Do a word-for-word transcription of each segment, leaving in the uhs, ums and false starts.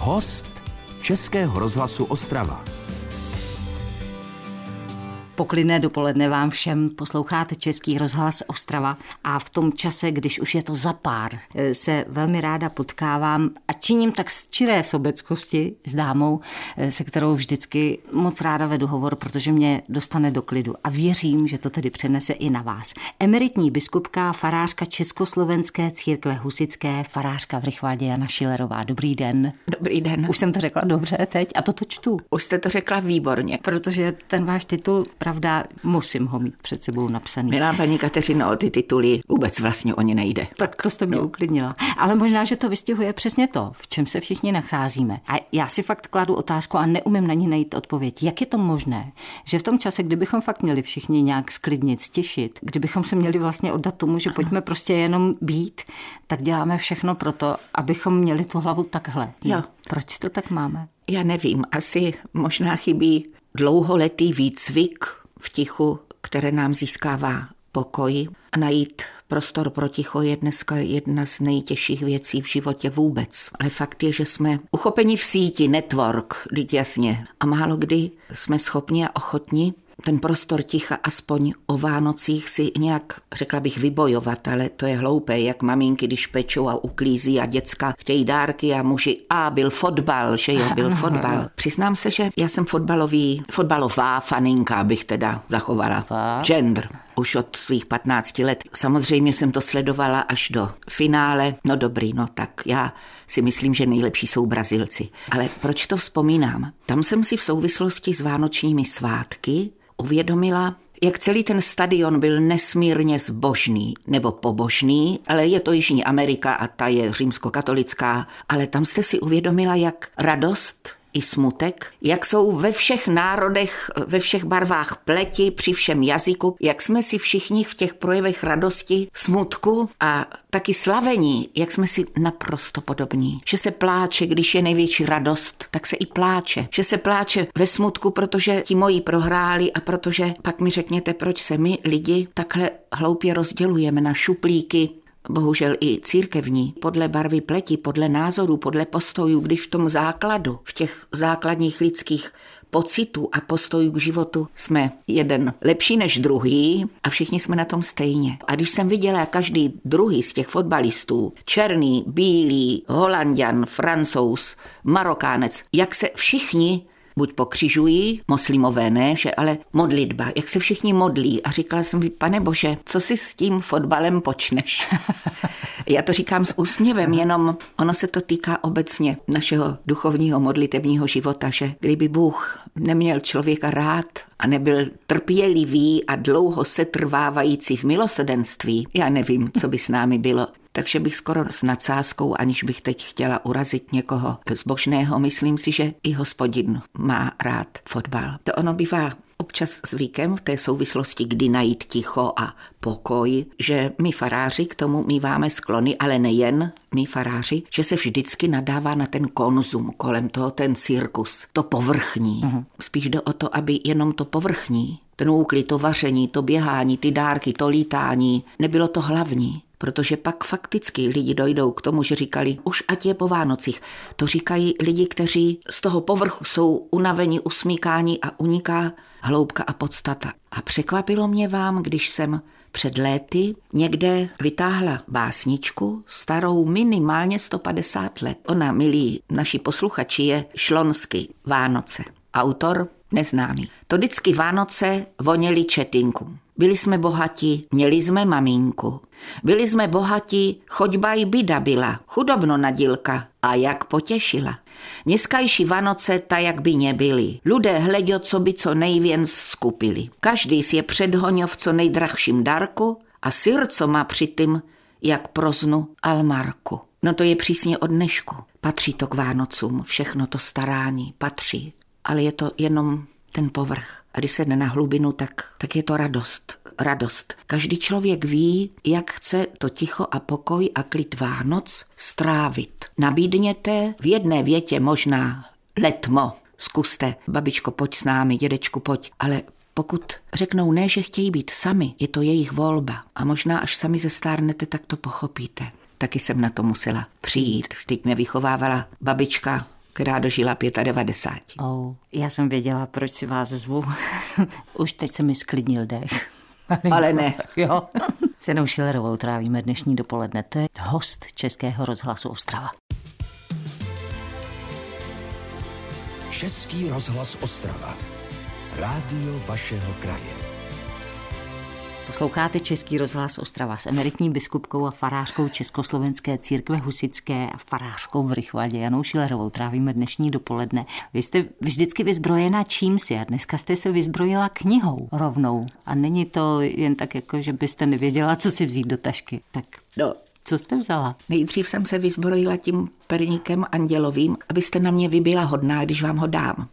Host Českého rozhlasu Ostrava. Poklidné dopoledne vám všem, posloucháte Český rozhlas Ostrava a v tom čase, když už je to za pár, se velmi ráda potkávám a činím tak z čiré sobeckosti s dámou, se kterou vždycky moc ráda vedu hovor, protože mě dostane do klidu a věřím, že to tedy přenese i na vás. Emeritní biskupka, farářka Československé církve husitské, farářka v Rychvaldě Jana Šilerová. Dobrý den. Dobrý den. Už jsem to řekla dobře teď a to to čtu. Už jste to řekla výborně. Protože ten váš titul, pravda, musím ho mít před sebou napsaný. Milá paní Kateřino, o ty tituly vůbec vlastně o ně nejde. Tak to jste mě no. uklidnila. Ale možná, že to vystihuje přesně to, v čem se všichni nacházíme. A já si fakt kladu otázku a neumím na ní najít odpověď. Jak je to možné, že v tom čase, kdybychom fakt měli všichni nějak sklidnit, stěšit, kdybychom se měli vlastně oddat tomu, že pojďme prostě jenom být, tak děláme všechno pro to, abychom měli tu hlavu takhle. Jo. Proč to tak máme? Já nevím, asi možná chybí dlouholetý výcvik v tichu, které nám získává pokoj. A najít prostor pro ticho je dneska jedna z nejtěžších věcí v životě vůbec. Ale fakt je, že jsme uchopeni v síti, network, vždyť jasně. A málo kdy jsme schopni a ochotni ten prostor ticha aspoň o Vánocích si nějak, řekla bych, vybojovat, ale to je hloupé, jak maminky, když pečou a uklízí a děcka chtějí dárky a muži, a byl fotbal, že jo, byl fotbal. Přiznám se, že já jsem fotbalový, fotbalová faninka, bych teda zachovala. Gender. Už od svých patnácti let. Samozřejmě jsem to sledovala až do finále. No dobrý, no tak já si myslím, že nejlepší jsou Brazilci. Ale proč to vzpomínám? Tam jsem si v souvislosti s vánočními svátky uvědomila, jak celý ten stadion byl nesmírně zbožný nebo pobožný, ale je to Jižní Amerika a ta je římskokatolická, ale tam jste si uvědomila, jak radost i smutek, jak jsou ve všech národech, ve všech barvách pleti, při všem jazyku, jak jsme si všichni v těch projevech radosti, smutku a taky slavení, jak jsme si naprosto podobní. Že se pláče, když je největší radost, tak se i pláče. Že se pláče ve smutku, protože ti moji prohráli a protože pak mi řekněte, proč se my lidi takhle hloupě rozdělujeme na šuplíky, bohužel i církevní, podle barvy pleti, podle názorů, podle postojů, když v tom základu, v těch základních lidských pocitů a postojů k životu jsme jeden lepší než druhý a všichni jsme na tom stejně. A když jsem viděla každý druhý z těch fotbalistů, černý, bílý, Holanďan, Francouz, Marokánec, jak se všichni buď pokřižují, moslimové ne, že ale modlitba, jak se všichni modlí. A říkala jsem, pane Bože, co si s tím fotbalem počneš? Já to říkám s úsměvem, jenom ono se to týká obecně našeho duchovního modlitevního života, že kdyby Bůh neměl člověka rád a nebyl trpělivý a dlouho setrvávající v milosrdenství, já nevím, co by s námi bylo. Takže bych skoro s nadsázkou, aniž bych teď chtěla urazit někoho zbožného, myslím si, že i Hospodin má rád fotbal. To ono bývá občas zvykem v té souvislosti, kdy najít ticho a pokoj, že my faráři k tomu míváme sklony, ale nejen my faráři, že se vždycky nadává na ten konzum kolem toho, ten cirkus, to povrchní. Uh-huh. Spíš jde o to, aby jenom to povrchní, ten úklid, to vaření, to běhání, ty dárky, to lítání, nebylo to hlavní. Protože pak fakticky lidi dojdou k tomu, že říkali, už ať je po Vánocích. To říkají lidi, kteří z toho povrchu jsou unaveni, usmíkáni a uniká hloubka a podstata. A překvapilo mě vám, když jsem před léty někde vytáhla básničku starou minimálně sto padesát let. Ona, milí naši posluchači, je Šlonsky Vánoce. Autor neznámý. To vždycky Vánoce voněly četinku. Byli jsme bohatí, měli jsme maminku. Byli jsme bohatí, choďba i bida byla, chudobno nadílka, a jak potěšila. Dneskajší Vánoce ta jak by nebyli. Ľudé hleďo, co by co nejvěnc skupili. Každý si je předhoňo v co nejdrahším darku a srdco má přitým jak proznu almarku. No to je přísně od dnešku. Patří to k Vánocům, všechno to starání patří, ale je to jenom ten povrch. A když se jde na hlubinu, tak, tak je to radost. Radost. Každý člověk ví, jak chce to ticho a pokoj a klid Vánoc strávit. Nabídněte v jedné větě možná letmo. Zkuste, babičko, pojď s námi, dědečku, pojď. Ale pokud řeknou ne, že chtějí být sami, je to jejich volba. A možná až sami zestárnete, tak to pochopíte. Taky jsem na to musela přijít. Vždyť mě vychovávala babička která dožila devadesát pět. Oh, já jsem věděla, proč si vás zvu. Už teď se mi sklidnil dech. Ale ne. Jo. S Janou Šilerovou trávíme dnešní dopoledne. To je host Českého rozhlasu Ostrava. Český rozhlas Ostrava. Rádio vašeho kraje. Posloucháte Český rozhlas Ostrava s emeritní biskupkou a farářkou Československé církve husitské a farářkou v Rychvaldě Janou Šilerovou trávíme dnešní dopoledne. Vy jste vždycky vyzbrojena čímsi a dneska jste se vyzbrojila knihou rovnou. A není to jen tak, jako že byste nevěděla, co si vzít do tašky. Tak no. Co jste vzala? Nejdřív jsem se vyzbrojila tím perníkem andělovým, abyste na mě vybila hodná, když vám ho dám.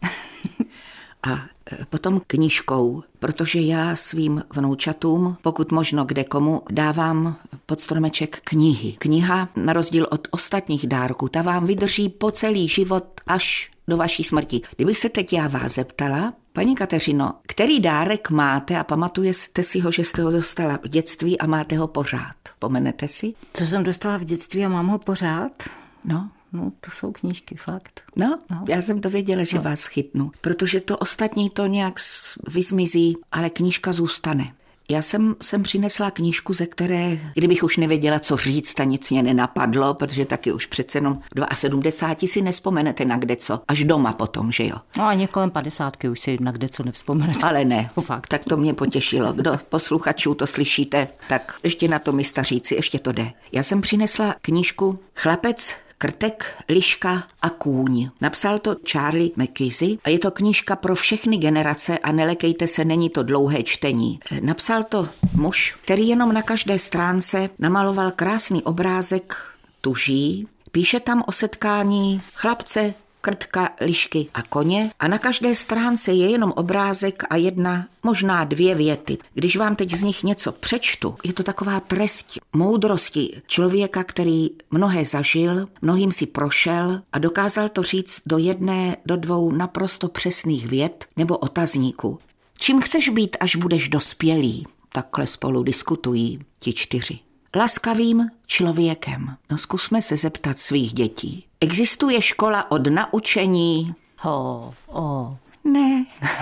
A potom knížkou, protože já svým vnoučatům, pokud možno kde komu, dávám pod stromeček knihy. Kniha, na rozdíl od ostatních dárků, ta vám vydrží po celý život až do vaší smrti. Kdybych se teď já vás zeptala, paní Kateřino, který dárek máte a pamatujete si ho, že jste ho dostala v dětství a máte ho pořád? Pomenete si? Co jsem dostala v dětství a mám ho pořád? No. No, to jsou knížky, fakt. No, no. Já jsem to věděla, že no. vás chytnu, protože to ostatní to nějak vyzmizí, ale knížka zůstane. Já jsem sem přinesla knížku, ze které, kdybych už nevěděla, co říct, a nic mě nenapadlo, protože taky už přece jenom sedmdesáti dva si nespomenete na kde co, až doma potom, že jo? No ani kolem padesátky už si na kde co nevzpomenete. Ale ne, no, fakt. Tak to mě potěšilo. Kdo posluchačů to slyšíte, tak ještě na to mi staříci, ještě to jde. Já jsem přinesla knížku Chlapec, krtek, liška a kůň. Napsal to Charlie McKeesey a je to knížka pro všechny generace a nelekejte se, není to dlouhé čtení. Napsal to muž, který jenom na každé stránce namaloval krásný obrázek tuží, píše tam o setkání chlapce, krtka, lišky a koně a na každé stránce je jenom obrázek a jedna, možná dvě věty. Když vám teď z nich něco přečtu, je to taková trest moudrosti člověka, který mnohé zažil, mnohým si prošel a dokázal to říct do jedné, do dvou naprosto přesných vět nebo otazníků. Čím chceš být, až budeš dospělý? Takhle spolu diskutují ti čtyři. Laskavým člověkem. No zkusme se zeptat svých dětí. Existuje škola od naučení? Ho, oh. Ne.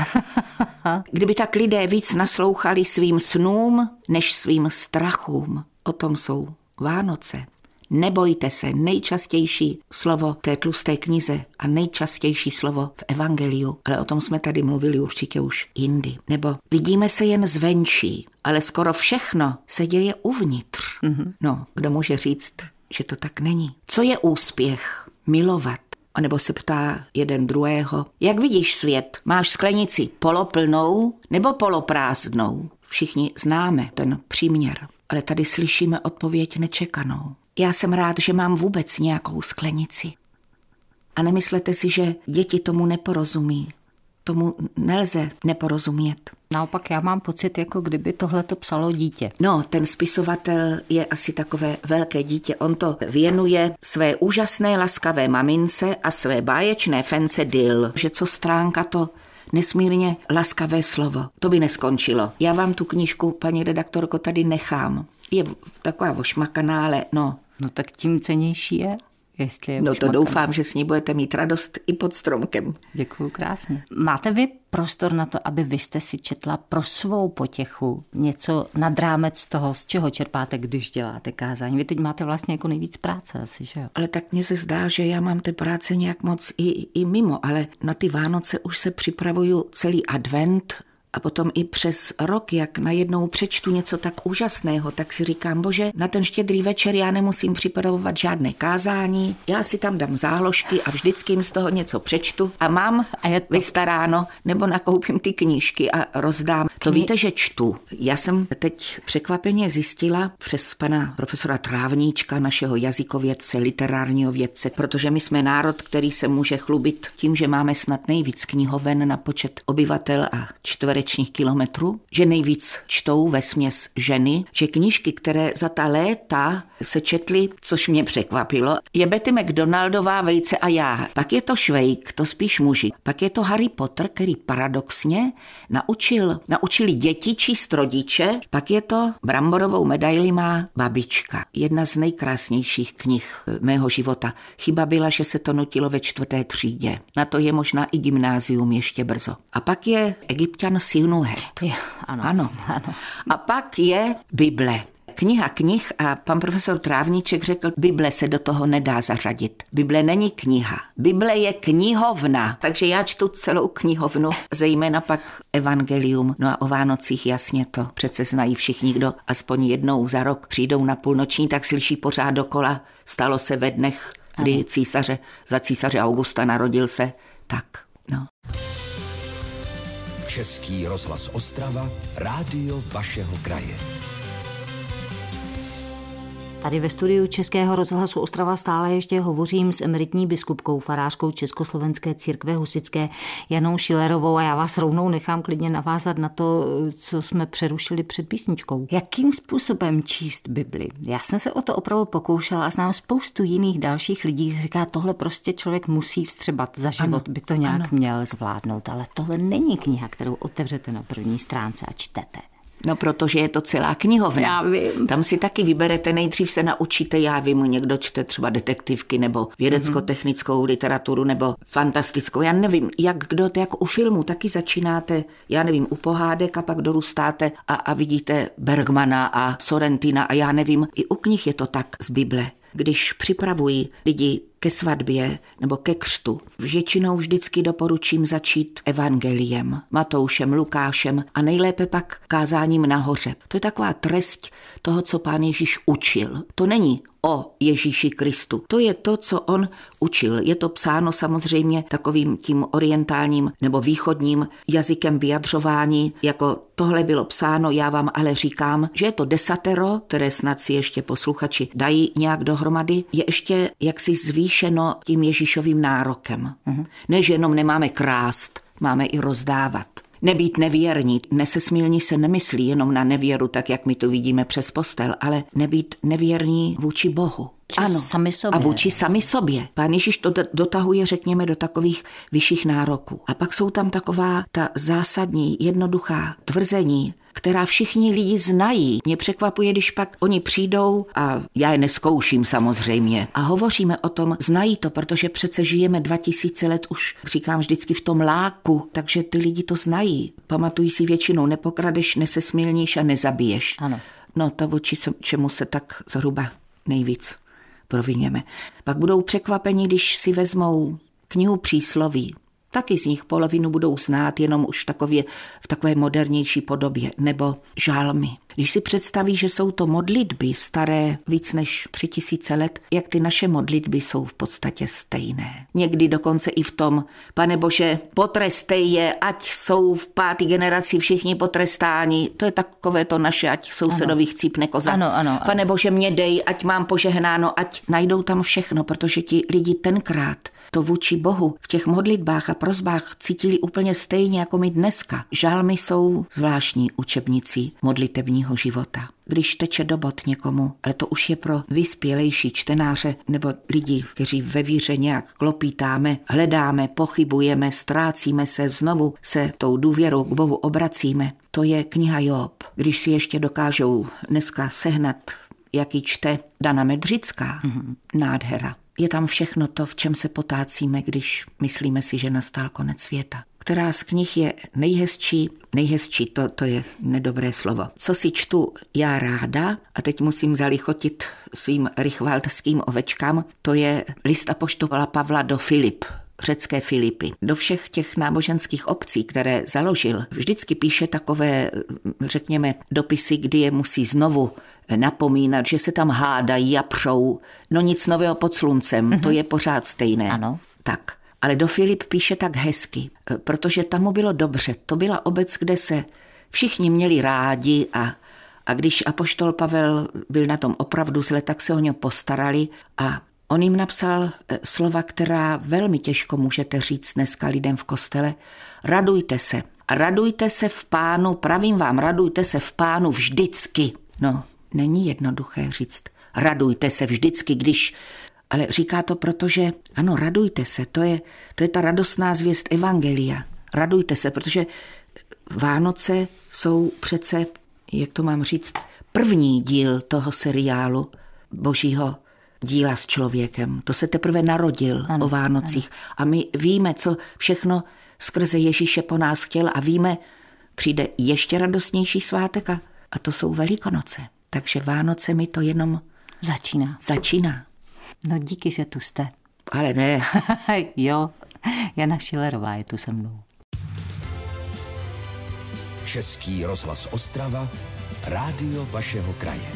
Kdyby tak lidé víc naslouchali svým snům, než svým strachům. O tom jsou Vánoce. Nebojte se, nejčastější slovo té tlusté knize a nejčastější slovo v evangeliu, ale o tom jsme tady mluvili určitě už jindy. Nebo vidíme se jen zvenčí, ale skoro všechno se děje uvnitř. Mm-hmm. No, kdo může říct, že to tak není? Co je úspěch? Milovat. A nebo se ptá jeden druhého, jak vidíš svět? Máš sklenici poloplnou nebo poloprázdnou? Všichni známe ten příměr, ale tady slyšíme odpověď nečekanou. Já jsem rád, že mám vůbec nějakou sklenici. A nemyslete si, že děti tomu neporozumí. Tomu nelze neporozumět. Naopak já mám pocit, jako kdyby tohle to psalo dítě. No, ten spisovatel je asi takové velké dítě. On to věnuje své úžasné laskavé mamince a své báječné fence Dill. Že co stránka to nesmírně laskavé slovo. To by neskončilo. Já vám tu knížku, paní redaktorko, tady nechám. Je taková ošmakaná, ale no. No tak tím cennější je, jestli je No ošmakaná. To doufám, že s ní budete mít radost i pod stromkem. Děkuju, krásně. Máte vy prostor na to, aby vy jste si četla pro svou potěchu něco nad rámec toho, z čeho čerpáte, když děláte kázání? Vy teď máte vlastně jako nejvíc práce asi, že jo? Ale tak mně se zdá, že já mám té práce nějak moc i, i mimo, ale na ty Vánoce už se připravuju celý advent. A potom i přes rok, jak najednou přečtu něco tak úžasného, tak si říkám, bože, na ten štědrý večer já nemusím připravovat žádné kázání, já si tam dám záložky a vždycky jim z toho něco přečtu a mám a je to vystaráno, nebo nakoupím ty knížky a rozdám. To víte, že čtu. Já jsem teď překvapeně zjistila přes pana profesora Trávníčka, našeho jazykovědce, literárního vědce, protože my jsme národ, který se může chlubit tím, že máme snad nejvíc knihoven na počet obyvatel a čtvereč čtverečních kilometrů, že nejvíc čtou vesměs ženy, že knížky, které za ta léta se četly, což mě překvapilo, je Betty McDonaldová, Vejce a já. Pak je to Švejk, to spíš muži. Pak je to Harry Potter, který paradoxně naučil, naučili děti číst rodiče. Pak je to Bramborovou medaili má babička. Jedna z nejkrásnějších knih mého života. Chyba byla, že se to nutilo ve čtvrté třídě. Na to je možná i gymnázium ještě brzo. A pak je Egypťan Sinuhet. Ano, ano. ano. A pak je Bible. Kniha knih a pan profesor Trávníček řekl, Bible se do toho nedá zařadit. Bible není kniha. Bible je knihovna. Takže já čtu celou knihovnu, zejména pak evangelium. No a o Vánocích jasně to přece znají všichni, kdo aspoň jednou za rok přijdou na půlnoční, tak slyší pořád dokola. Stalo se ve dnech, kdy císaře, za císaře Augusta narodil se. Tak, no. Český rozhlas Ostrava, rádio vašeho kraje. Tady ve studiu Českého rozhlasu Ostrava stále ještě hovořím s emeritní biskupkou, farářkou Československé církve husitské Janou Šilerovou a já vás rovnou nechám klidně navázat na to, co jsme přerušili před písničkou. Jakým způsobem číst Bibli? Já jsem se o to opravdu pokoušela a znám spoustu jiných dalších lidí, kteří říká, tohle prostě člověk musí vstřebat za život, ano, by to nějak ano. měl zvládnout, ale tohle není kniha, kterou otevřete na první stránce a čtete. No, protože je to celá knihovna. Já vím. Tam si taky vyberete, nejdřív se naučíte, já vím, někdo čte třeba detektivky nebo vědecko-technickou literaturu nebo fantastickou, já nevím, jak kdo, to jako u filmu, taky začínáte, já nevím, u pohádek a pak dorůstáte a, a vidíte Bergmana a Sorrentina a já nevím, i u knih je to tak z Bible. Když připravují lidi ke svatbě nebo ke křtu, většinou vždycky doporučím začít evangeliem, Matoušem, Lukášem a nejlépe pak kázáním nahoře. To je taková trest toho, co Pán Ježíš učil. To není o Ježíši Kristu. To je to, co on učil. Je to psáno samozřejmě takovým tím orientálním nebo východním jazykem vyjadřování, jako tohle bylo psáno, já vám ale říkám, že je to desatero, které snad si ještě posluchači dají nějak dohromady, je ještě jaksi zvýšeno tím Ježíšovým nárokem. Mhm. Ne, že jenom nemáme krást, máme i rozdávat. Nebýt nevěrní, nesesmilní se nemyslí jenom na nevěru, tak jak my to vidíme přes postel, ale nebýt nevěrní vůči Bohu. Ano, sami sobě. A vůči sami sobě. Pán Ježíš to dotahuje, řekněme, do takových vyšších nároků. A pak jsou tam taková ta zásadní, jednoduchá tvrzení, která všichni lidi znají. Mě překvapuje, když pak oni přijdou a já je nezkouším samozřejmě. A hovoříme o tom, znají to, protože přece žijeme dva tisíce let už, říkám vždycky v tom láku, takže ty lidi to znají. Pamatují si většinou, nepokradeš, nesesmilníš a nezabiješ. Ano. No to vůči čemu se tak zhruba nejvíc proviněme. Pak budou překvapeni, když si vezmou knihu přísloví. Taky z nich polovinu budou znát jenom už takově, v takové modernější podobě, nebo žálmy. Když si představí, že jsou to modlitby staré víc než tři tisíce let, jak ty naše modlitby jsou v podstatě stejné. Někdy dokonce i v tom, Pane Bože, potrestej je, ať jsou v páté generaci všichni potrestáni. To je takové to naše, ať sousedovi chcípne koza. Ano, ano, ano. Pane Bože, mě dej, ať mám požehnáno, ať najdou tam všechno, protože ti lidi tenkrát to vůči Bohu v těch modlitbách a prosbách cítili úplně stejně jako my dneska. Žálmy jsou zvláštní učebnicí modlitebního života. Když teče do bod někomu, ale to už je pro vyspělejší čtenáře nebo lidi, kteří ve víře nějak klopítáme, hledáme, pochybujeme, ztrácíme se, znovu se tou důvěrou k Bohu obracíme. To je kniha Job. Když si ještě dokážou dneska sehnat, jak ji čte Dana Medřická, mm-hmm. nádhera. Je tam všechno to, v čem se potácíme, když myslíme si, že nastal konec světa. Která z knih je nejhezčí, nejhezčí, to, to je nedobré slovo. Co si čtu já ráda, a teď musím zalichotit svým rychvaldským ovečkám, to je list apoštola Pavla do Filip, řecké Filipy. Do všech těch náboženských obcí, které založil, vždycky píše takové, řekněme, dopisy, kdy je musí znovu napomínat, že se tam hádají a přou. No nic nového pod sluncem, mm-hmm. to je pořád stejné. Ano. Tak. Ale do Filip píše tak hezky, protože tam mu bylo dobře. To byla obec, kde se všichni měli rádi a, a když apoštol Pavel byl na tom opravdu zle, tak se o něj postarali a on jim napsal slova, která velmi těžko můžete říct dneska lidem v kostele. Radujte se. A radujte se v Pánu, pravím vám, radujte se v Pánu vždycky. No, není jednoduché říct, radujte se vždycky, když... Ale říká to proto, že ano, radujte se, to je, to je ta radostná zvěst evangelia. Radujte se, protože Vánoce jsou přece, jak to mám říct, první díl toho seriálu Božího díla s člověkem. To se teprve narodil ano, o Vánocích. Ano. A my víme, co všechno skrze Ježíše po nás chtěl a víme, přijde ještě radostnější svátek a, a to jsou Velikonoce. Takže Vánoce mi to jenom začíná. Začíná. No díky, že tu jste. Ale ne. Jo, Jana Šilerová je tu se mnou. Český rozhlas Ostrava, rádio vašeho kraje.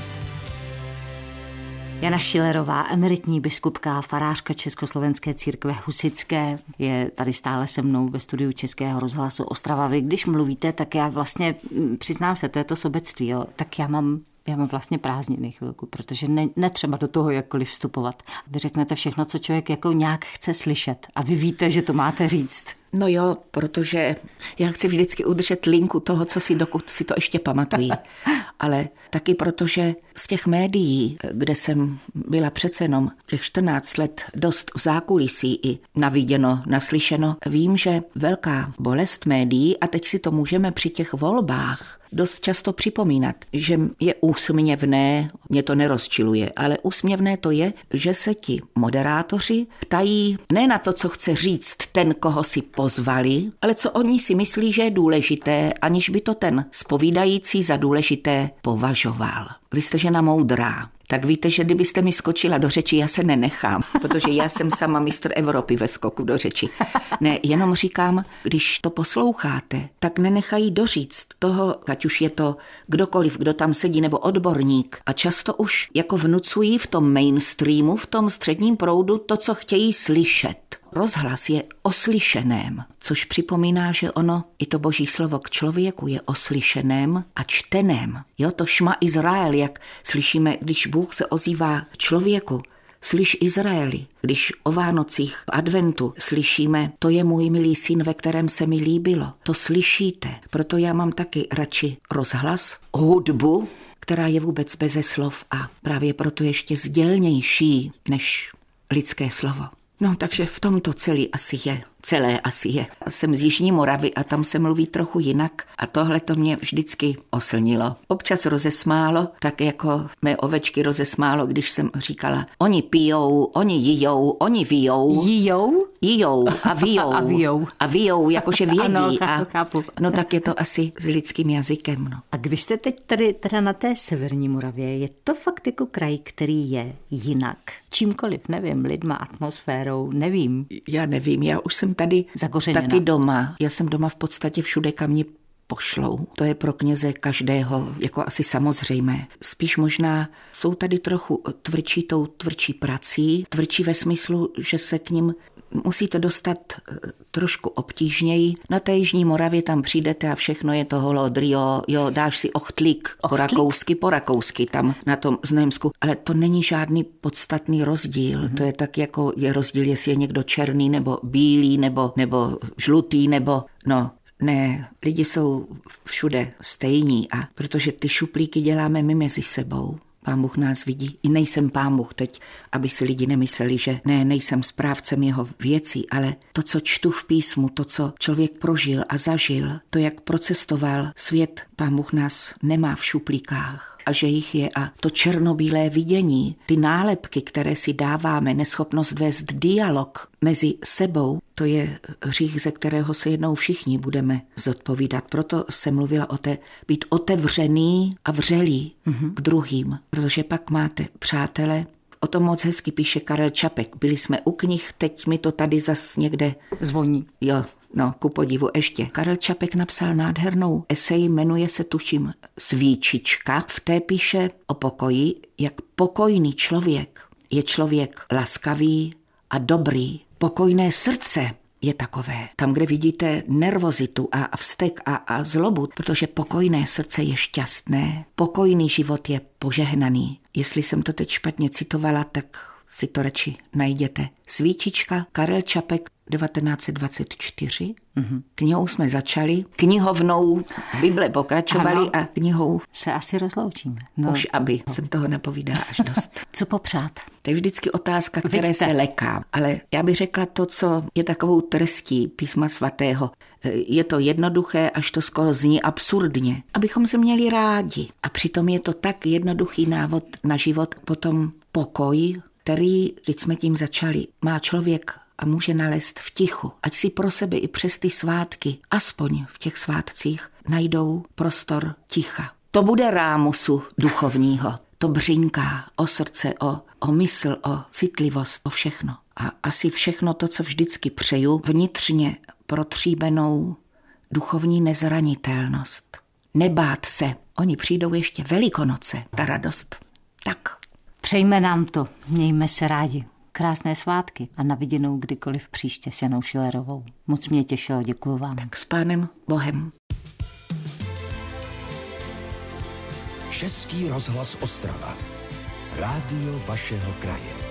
Jana Šilerová, emeritní biskupka, farářka Československé církve husitské, je tady stále se mnou ve studiu Českého rozhlasu Ostrava. Vy, když mluvíte, tak já vlastně, přiznám se, to je to sobectví, jo, tak já mám Já mám vlastně prázdniny chvilku, protože ne, netřeba do toho jakkoliv vstupovat. Vy řeknete všechno, co člověk jako nějak chce slyšet a vy víte, že to máte říct. No jo, protože já chci vždycky udržet linku toho, co si, dokud si to ještě pamatují. Ale taky protože z těch médií, kde jsem byla přece jenom těch čtrnáct let dost v zákulisí i naviděno, naslyšeno, vím, že velká bolest médií, a teď si to můžeme při těch volbách dost často připomínat, že je úsměvné, mě to nerozčiluje, ale úsměvné to je, že se ti moderátoři ptají ne na to, co chce říct ten, koho si pozvali, ale co oni si myslí, že je důležité, aniž by to ten zpovídající za důležité považoval. Vy jste žena moudrá, tak víte, že kdybyste mi skočila do řeči, já se nenechám, protože já jsem sama mistr Evropy ve skoku do řeči. Ne, jenom říkám, když to posloucháte, tak nenechají doříct toho, ať už je to kdokoliv, kdo tam sedí, nebo odborník. A často už jako vnucují v tom mainstreamu, v tom středním proudu to, co chtějí slyšet. Rozhlas je o slyšeném, což připomíná, že ono, i to Boží slovo k člověku je o slyšeném a čteném. Jo, to šma Izrael, jak slyšíme, když Bůh se ozývá člověku, slyš Izraeli. Když o Vánocích v adventu slyšíme, to je můj milý syn, ve kterém se mi líbilo. To slyšíte. Proto já mám taky radši rozhlas, hudbu, která je vůbec beze slov a právě proto ještě sdělnější než lidské slovo. No, takže v tomto celý asi je, celé asi je. Jsem z Jižní Moravy a tam se mluví trochu jinak a tohle to mě vždycky oslnilo. Občas rozesmálo, tak jako mé ovečky rozesmálo, když jsem říkala, oni pijou, oni jijou, oni vijou. Jijou? Jijou a vijou. A vijou. A vijou, jakože vědí. Ano, chápu, a, chápu. No tak je to asi s lidským jazykem, no. A když jste teď tady teda na té severní Moravě, je to fakt jako kraj, který je jinak. Čímkoliv, nevím, lidma, atmosférou, nevím. Já nevím, já už jsem tady Zakořeněna. Taky doma. Já jsem doma v podstatě všude, kam mě pošlou. To je pro kněze každého jako asi samozřejmé. Spíš možná jsou tady trochu tvrdší tou tvrdší prací, tvrdší ve smyslu, že se k nim musíte dostat trošku obtížněji. Na té Jižní Moravě tam přijdete a všechno je to holodrio, jo, dáš si ochtlík, po rakousky, po rakousky tam na tom Znojemsku. Ale to není žádný podstatný rozdíl. Mm-hmm. To je tak jako je rozdíl, jestli je někdo černý nebo bílý nebo, nebo žlutý nebo no. Ne, lidi jsou všude stejní a protože ty šuplíky děláme my mezi sebou. Pán Bůh nás vidí. I nejsem Pán Bůh teď, aby si lidi nemysleli, že ne, nejsem správcem jeho věcí, ale to, co čtu v písmu, to, co člověk prožil a zažil, to, jak procestoval svět, Pán Bůh nás nemá v šuplíkách a že jich je a to černobílé vidění, ty nálepky, které si dáváme, neschopnost vést dialog mezi sebou, to je hřích, ze kterého se jednou všichni budeme zodpovídat. Proto jsem mluvila o té být otevřený a vřelý mm-hmm. k druhým, protože pak máte přátele. O tom moc hezky píše Karel Čapek. Byli jsme u knih, teď mi to tady zas někde zvoní. Jo, no, ku podivu ještě. Karel Čapek napsal nádhernou esej, jmenuje se tuším Svíčička. V té píše o pokoji, jak pokojný člověk je člověk laskavý a dobrý. Pokojné srdce je takové. Tam, kde vidíte nervozitu a vztek a, a zlobu, protože pokojné srdce je šťastné, pokojný život je požehnaný. Jestli jsem to teď špatně citovala, tak si to radši najděte. Svíčička, Karel Čapek, devatenáct set dvacet čtyři. Mm-hmm. Knihou jsme začali, knihovnou Bible pokračovali ano. A knihou se asi rozloučíme. No. Už aby, no. Jsem toho napovídala až dost. Co popřát? To je vždycky otázka, které Vidíte. se leká. Ale já bych řekla to, co je takovou trstí Písma svatého. Je to jednoduché, až to skoro zní absurdně. Abychom se měli rádi. A přitom je to tak jednoduchý návod na život. Potom pokoj, který, když jsme tím začali, má člověk a může nalézt v tichu. Ať si pro sebe i přes ty svátky, aspoň v těch svátcích, najdou prostor ticha. To bude rámusu duchovního. To břinká o srdce, o, o mysl, o citlivost, o všechno. A asi všechno to, co vždycky přeju, vnitřně protříbenou duchovní nezranitelnost. Nebát se. Oni přijdou ještě Velikonoce, ta radost. Tak. Přejme nám to. Mějme se rádi. Krásné svátky a na viděnou kdykoliv příště s Janou Šilerovou. Moc mě těšilo, děkuju vám. Tak s Pánem Bohem. Český rozhlas Ostrava. Rádio vašeho kraje.